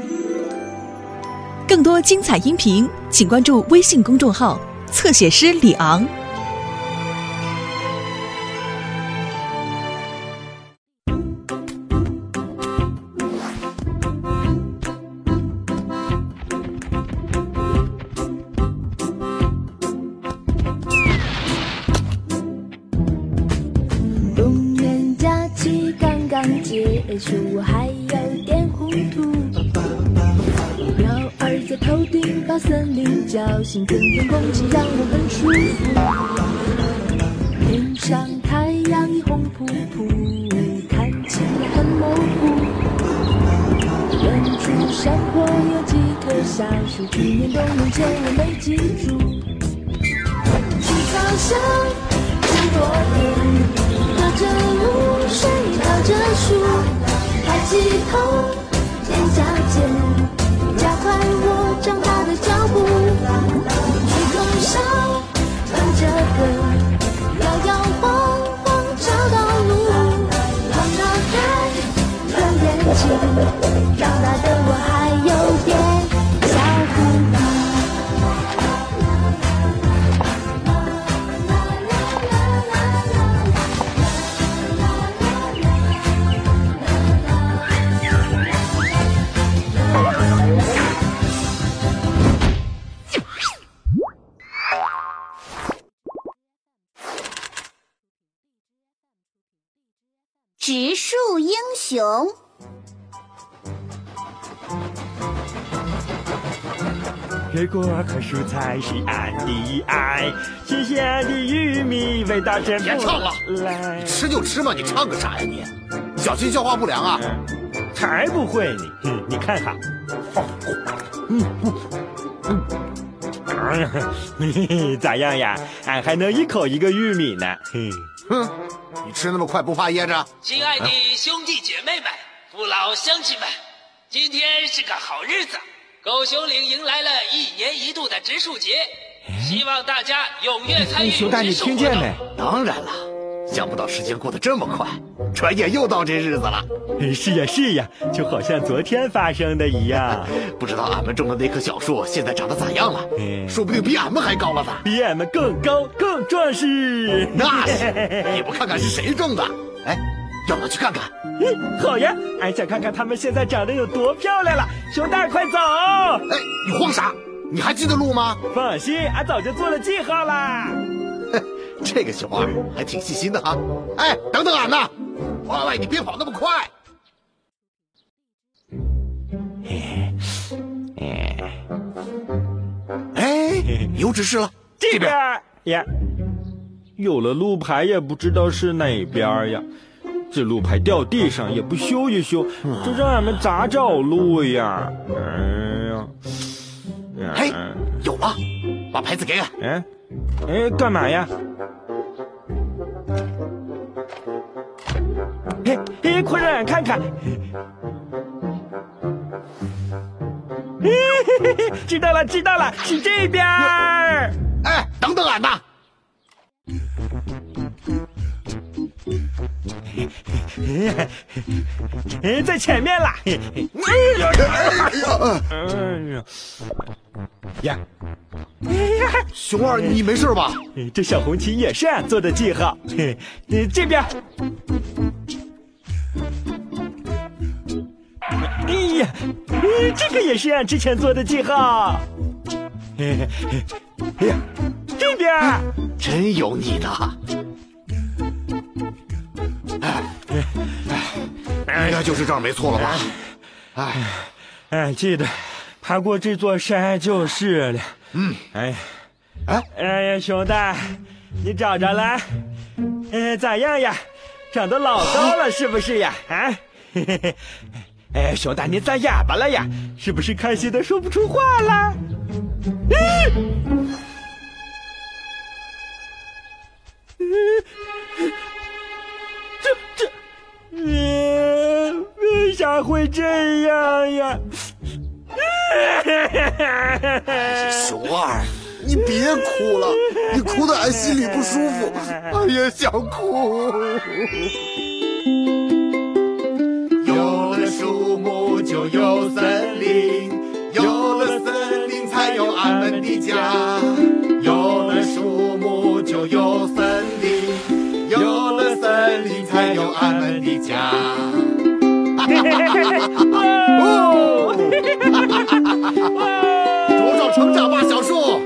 更多精彩音频，请关注微信公众号“侧写师李昂”。 公园假期刚刚结束，还有点糊涂。鸟儿在头顶把森林叫醒，春天空气让我很舒服。天上太阳已红扑扑，看起来很模糊。远处山坡有几棵小树，去年冬眠前我没记住。去草乡很多人，隔着露水靠着树，抬起头踮脚尖，加快我长大的脚步，去空上哼着歌，摇摇晃晃找到路，放大开了眼睛，长大的我还有点小糊涂。 植树英雄。 水果和蔬菜是俺的爱，新鲜的玉米味道真不赖。 别唱了，你吃就吃嘛，你唱个啥呀你？小心消化不良啊！ 才不会呢，你看哈。咋样呀？俺还能一口一个玉米呢。 哼，你吃那么快不怕噎着？ 亲爱的兄弟姐妹们，父老乡亲们，今天是个好日子，狗熊岭迎来了1年1度的植树节，希望大家踊跃参与植树活动。 熊大，你听见没？ 当然了，想不到时间过得这么快，转眼又到这日子了。 是呀，就好像昨天发生的一样。 不知道俺们种的那棵小树现在长得咋样了？说不定比俺们还高了呢。 比俺们更高更壮实。 那是，也不看看是谁种的。哎，要不要去看看？ 好呀，俺想看看他们现在长得有多漂亮了。熊大，快走！ 哎，你慌啥？你还记得路吗？ 放心，俺早就做了记号啦。 这个熊二还挺细心的哈。哎，等等俺呢！喂，你别跑那么快。哎，有指示了， 这边呀。有了路牌也不知道是哪边呀。这路牌掉地上也不修一修，这让俺们咋找路呀？ 哎，有了，把牌子给俺。 干嘛呀？快让俺看看。知道了，是这边。 哎，等等俺呐！ 在前面啦！呀， 熊二，你没事吧？ 这小红旗也是俺做的记号。这边。哎呀，这个也是俺之前做的记号。哎呀，这边真有你的。应该就是这儿没错了吧？ 记得爬过这座山就是了。哎呀，熊大，你找着了？咋样呀？长得老高了是不是呀？熊大，你咋哑巴了呀？是不是开心的说不出话了？为啥会这样呀？ 熊二，你别哭了，你哭得俺心里不舒服，俺也想哭。有了树木就就有森林，有了森林才有俺们的家，有了树木就有森林，有了森林才有俺们的家。茁壮成长吧，小树。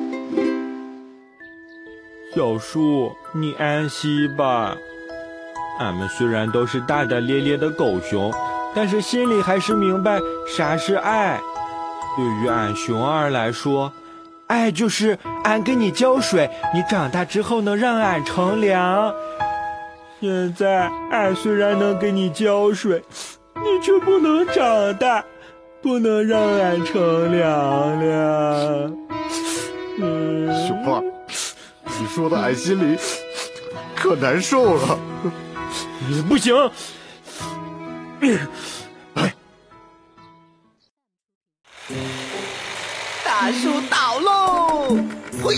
小树，你安息吧。俺们虽然都是大大咧咧的狗熊，但是心里还是明白啥是爱。对于俺熊儿来说，爱就是俺给你浇水，你长大之后能让俺乘凉。现在俺虽然能给你浇水，你却不能长大，不能让俺乘凉了。 熊儿，你说的俺心里可难受了。 不行， 大树倒喽！嘿，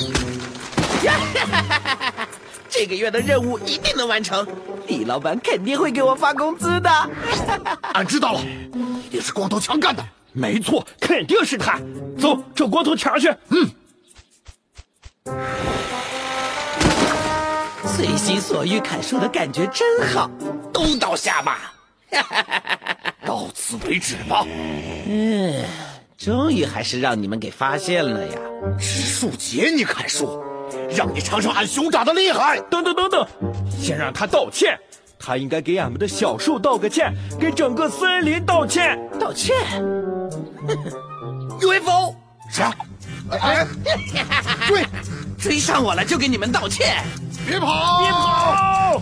这个月的任务一定能完成，李老板肯定会给我发工资的。 俺知道了，一定是光头强干的。 没错，肯定是他。走，找光头强去。 随心所欲砍树的感觉真好，都倒下吧。 到此为止吧。 终于还是让你们给发现了呀！ 植树节你砍树，让你尝尝俺熊掌的厉害。 等，先让他道歉。他应该给俺们的小树道个歉，给整个森林道歉。 道歉？UFO 啥？ 追上我了就给你们道歉！ 别跑！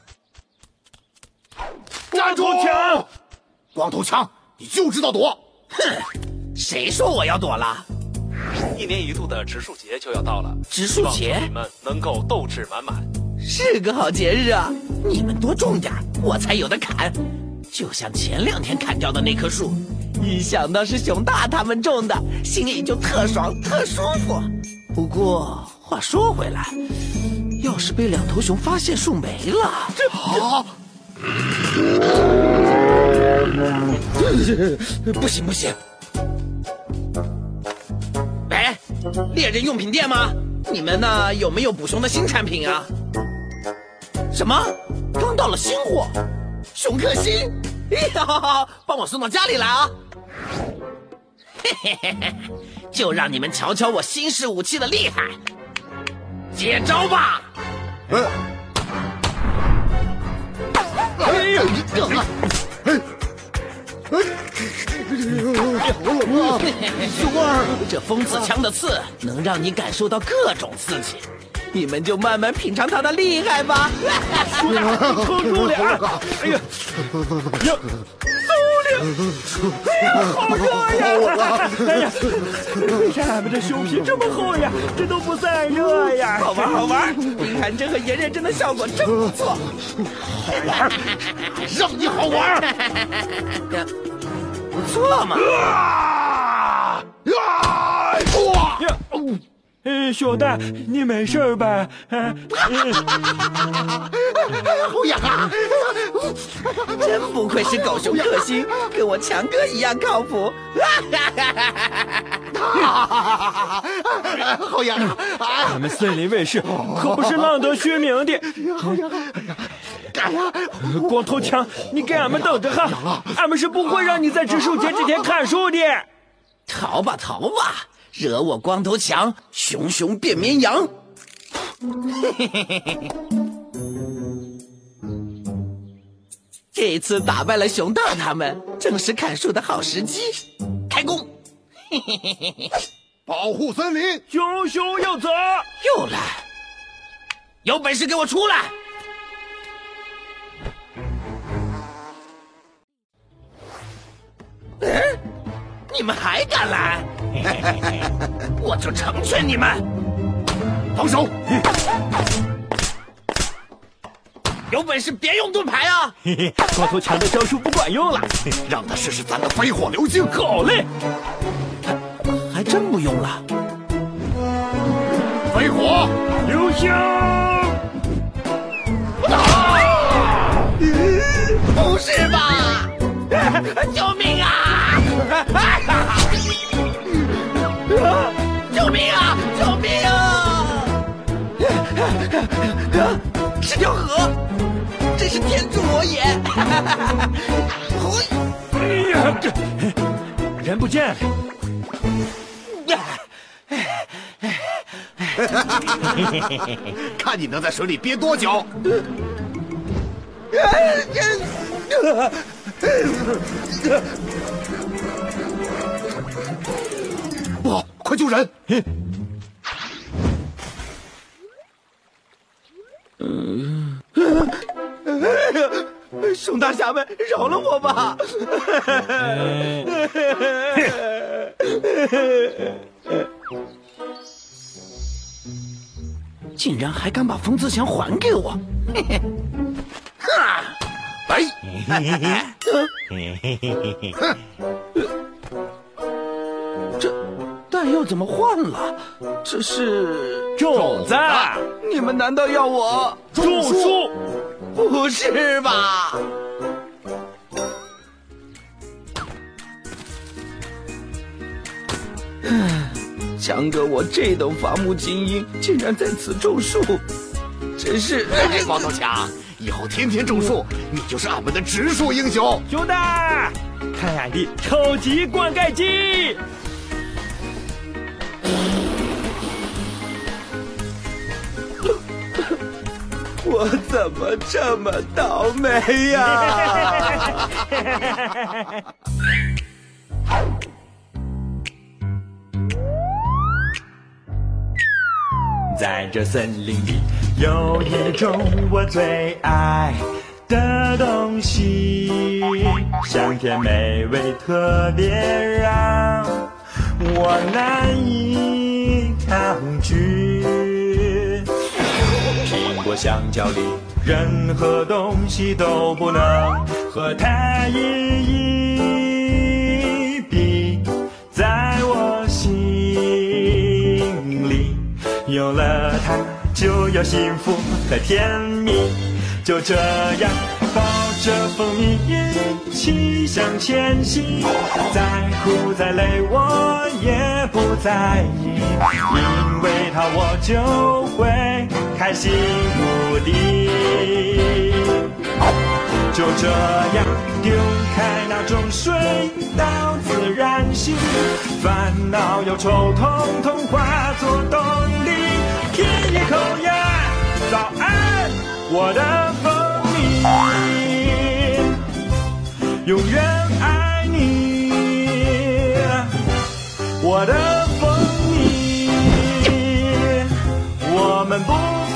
站住！光头强，你就知道躲！ 哼，谁说我要躲了 ？1年1度的植树节就要到了， 植树节， 你们能够斗志满满。 是个好节日啊！你们多种点，我才有的砍。就像前2天砍掉的那棵树，一想到是熊大他们种的，心里就特爽特舒服。不过话说回来，要是被2头熊发现树没了，不行！哎，猎人用品店吗？你们那有没有捕熊的新产品啊？什么？刚到了新货，熊克星！帮我送到家里来啊！就让你们瞧瞧我新式武器的厉害！接招吧！熊儿，这风刺枪的刺能让你感受到各种刺激，你们就慢慢品尝它的厉害吧。 撑住点！哎呀，好热呀！哎呀，为啥俺们这熊皮这么厚呀？这都不算热呀！ 好玩！冰寒针和炎热针的效果真不错。 好玩，让你好玩。 不错嘛！ 熊大，你没事吧？ 好痒啊！ 真不愧是狗熊克星，跟我强哥一样靠谱。 好痒啊！ 俺们森林卫士可不是浪得虚名的。 好痒！干呀！ 光头强，你给俺们等着哈！俺们是不会让你在植树节这天砍树的。 逃吧！惹我光头强，熊变绵羊。这次打败了熊大他们，正是砍树的好时机。开工！ 保护森林， 熊要走！ 又来！有本事给我出来！你们还敢来？我就成全你们！ 放手！ 有本事别用盾牌啊！ 光头强的招数不管用了， 让他试试咱的飞火流星。 好嘞， 还真不用了。 飞火流星！ 不是吧！救命啊！ 救命啊！救命啊！是条河，真是天助我也！ 哎呀，这人不见了。 看你能在水里憋多久！不好，快救人！ 熊大侠们，饶了我吧！竟然还敢把风自强还给我！ 来， 这弹药怎么换了？这是种子， 你们难道要我种树？ 不是吧？强哥，我这等伐木精英，竟然在此种树，真是…… 光头强，以后天天种树，你就是俺们的植树英雄。 兄弟，看俺的超级灌溉机！ 我怎么这么倒霉呀？ 在这森林里有一种我最爱的东西，香甜美味特别让我难以抗拒。苹果、香蕉里任何东西都不能和它一比，在我心里有了它就有幸福和甜蜜，就这样抱着蜂蜜一起向前行，再苦再累我也不在意，因为它我就会开心无敌。就这样丢开那种水到自然醒，烦恼忧愁统统化作动力，舔一口呀，早安我的蜂蜜，永远爱你，我的蜂蜜，我们不